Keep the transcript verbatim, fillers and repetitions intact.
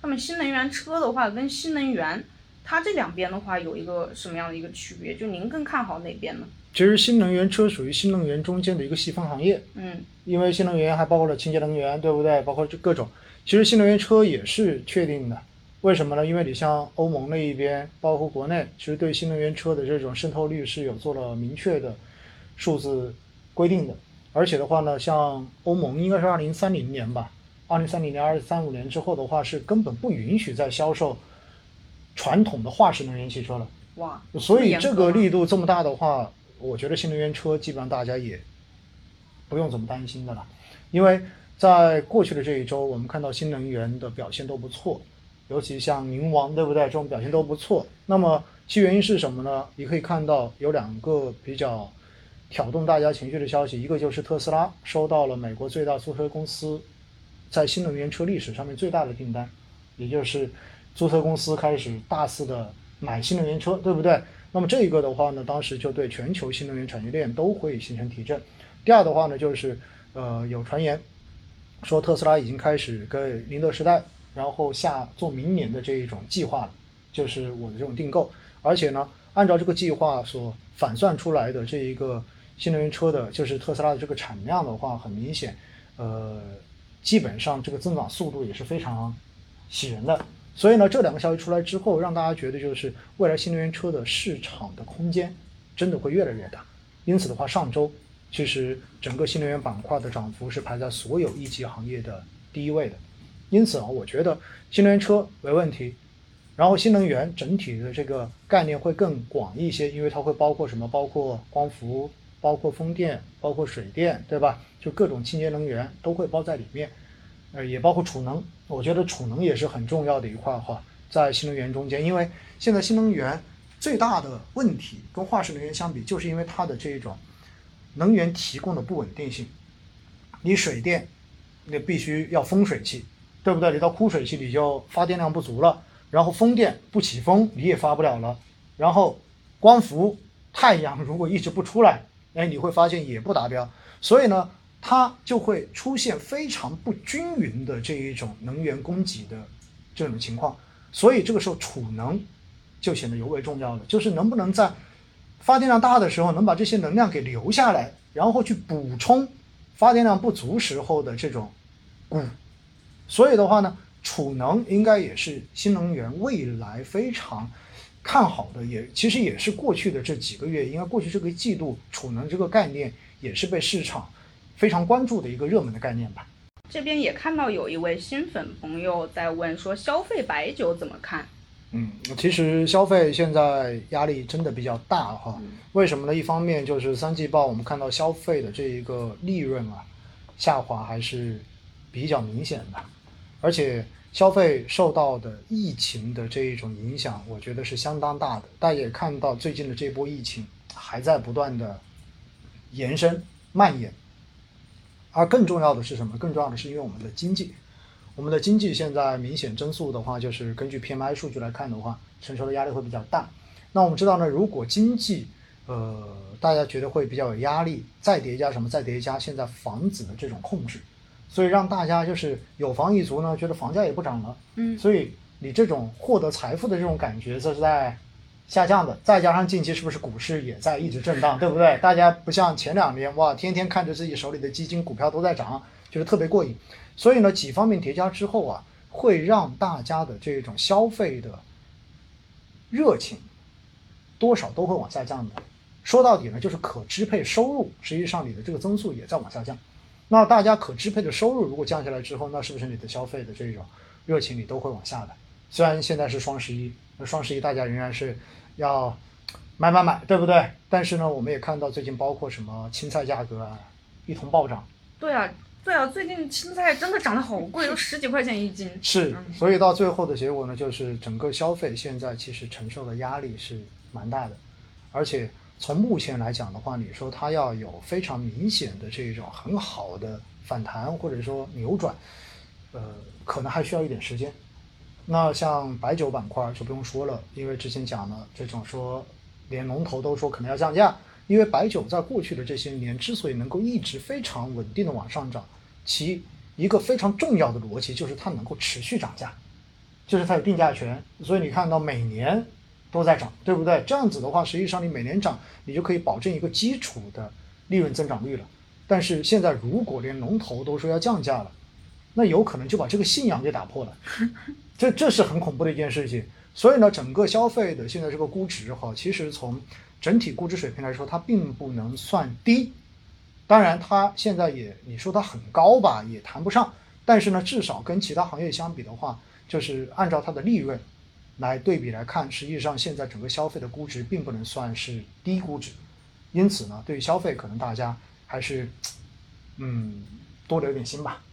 么新能源车的话跟新能源，它这两边的话有一个什么样的一个区别？就您更看好哪边呢？ 其实新能源车属于新能源中间的一个细分行业， 嗯， 因为新能源还包括了清洁能源，对不对？包括这各种，其实新能源车也是确定的。为什么呢？因为你像欧盟那一边，包括国内，其实对新能源车的这种渗透率是有做了明确的数字规定的。而且的话呢，像欧盟应该是二零三零年吧，二零三零年、二零三五年之后的话，是根本不允许再销售传统的化石能源汽车了。 哇， 所以这个力度这么大的话，我觉得新能源车基本上大家也不用怎么担心的了，因为在过去的这一周，我们看到新能源的表现都不错，尤其像宁王，对不对？这种表现都不错。那么其原因是什么呢？你可以看到有两个比较挑动大家情绪的消息，一个就是特斯拉收到了美国最大租车公司在新能源车历史上面最大的订单，也就是租车公司开始大肆的买新能源车，对不对？那么这个的话呢，当时就对全球新能源产业链都会形成提振。第二的话呢，就是呃有传言说特斯拉已经开始跟宁德时代，然后下做明年的这一种计划了，就是我的这种订购。而且呢，按照这个计划所反算出来的这一个新能源车的，就是特斯拉的这个产量的话，很明显，呃，基本上这个增长速度也是非常喜人的。所以呢，这两个消息出来之后，让大家觉得就是未来新能源车的市场的空间真的会越来越大。因此的话，上周其实整个新能源板块的涨幅是排在所有一级行业的第一位的。因此啊，我觉得新能源车没问题，然后新能源整体的这个概念会更广一些，因为它会包括什么？包括光伏，包括风电，包括水电，对吧？就各种清洁能源都会包在里面。呃，也包括储能，我觉得储能也是很重要的一块哈，在新能源中间，因为现在新能源最大的问题跟化石能源相比，就是因为它的这种能源提供的不稳定性。你水电，你必须要丰水期，对不对？你到枯水期你就发电量不足了，然后风电不起风你也发不了了，然后光伏、太阳如果一直不出来，哎，你会发现也不达标，所以呢。它就会出现非常不均匀的这一种能源供给的这种情况，所以这个时候储能就显得尤为重要了，就是能不能在发电量大的时候能把这些能量给留下来，然后去补充发电量不足时候的这种谷。所以的话呢，储能应该也是新能源未来非常看好的，也其实也是过去的这几个月，应该过去这个季度储能这个概念也是被市场非常关注的一个热门的概念吧。 这边也看到有一位新粉朋友在问说，消费白酒怎么看？ 嗯，其实消费现在压力真的比较大哈。嗯、为什么呢？一方面就是三季报我们看到消费的这一个利润啊下滑还是比较明显的，而且消费受到的疫情的这一种影响，我觉得是相当大的。大家也看到最近的这波疫情还在不断的延伸蔓延。而更重要的是什么？更重要的是因为我们的经济，我们的经济现在明显增速的话，就是根据 P M I 数据来看的话，承受的压力会比较大。那我们知道呢，如果经济呃大家觉得会比较有压力，再叠加什么？再叠加现在房子的这种控制，所以让大家就是有房一族呢，觉得房价也不涨了，嗯，所以你这种获得财富的这种感觉，这是在下降的。再加上近期是不是股市也在一直震荡，对不对？大家不像前两年哇，天天看着自己手里的基金股票都在涨，就是特别过瘾。所以呢，几方面叠加之后啊，会让大家的这种消费的热情多少都会往下降的。说到底呢，就是可支配收入，实际上你的这个增速也在往下降。那大家可支配的收入如果降下来之后，那是不是你的消费的这种热情你都会往下的？虽然现在是双十一，那双十一大家仍然是要买买买，对不对？但是呢，我们也看到最近包括什么青菜价格啊，一同暴涨。 对啊，对啊，最近青菜真的涨得好贵，都十几块钱一斤。 是，所以到最后的结果呢，就是整个消费现在其实承受的压力是蛮大的，而且从目前来讲的话，你说它要有非常明显的这种很好的反弹或者说扭转，呃，可能还需要一点时间。那像白酒板块就不用说了，因为之前讲了这种说连龙头都说可能要降价，因为白酒在过去的这些年之所以能够一直非常稳定的往上涨，其一个非常重要的逻辑就是它能够持续涨价， 就是它有定价权，所以你看到每年都在涨，对不对？这样子的话，实际上你每年涨，你就可以保证一个基础的利润增长率了。但是现在如果连龙头都说要降价了，那有可能就把这个信仰给打破了，这这是很恐怖的一件事情。所以呢，整个消费的现在这个估值哈，其实从整体估值水平来说，它并不能算低。当然，它现在也你说它很高吧，也谈不上。但是呢，至少跟其他行业相比的话，就是按照它的利润来对比来看，实际上现在整个消费的估值并不能算是低估值。因此呢，对于消费可能大家还是嗯多留点心吧。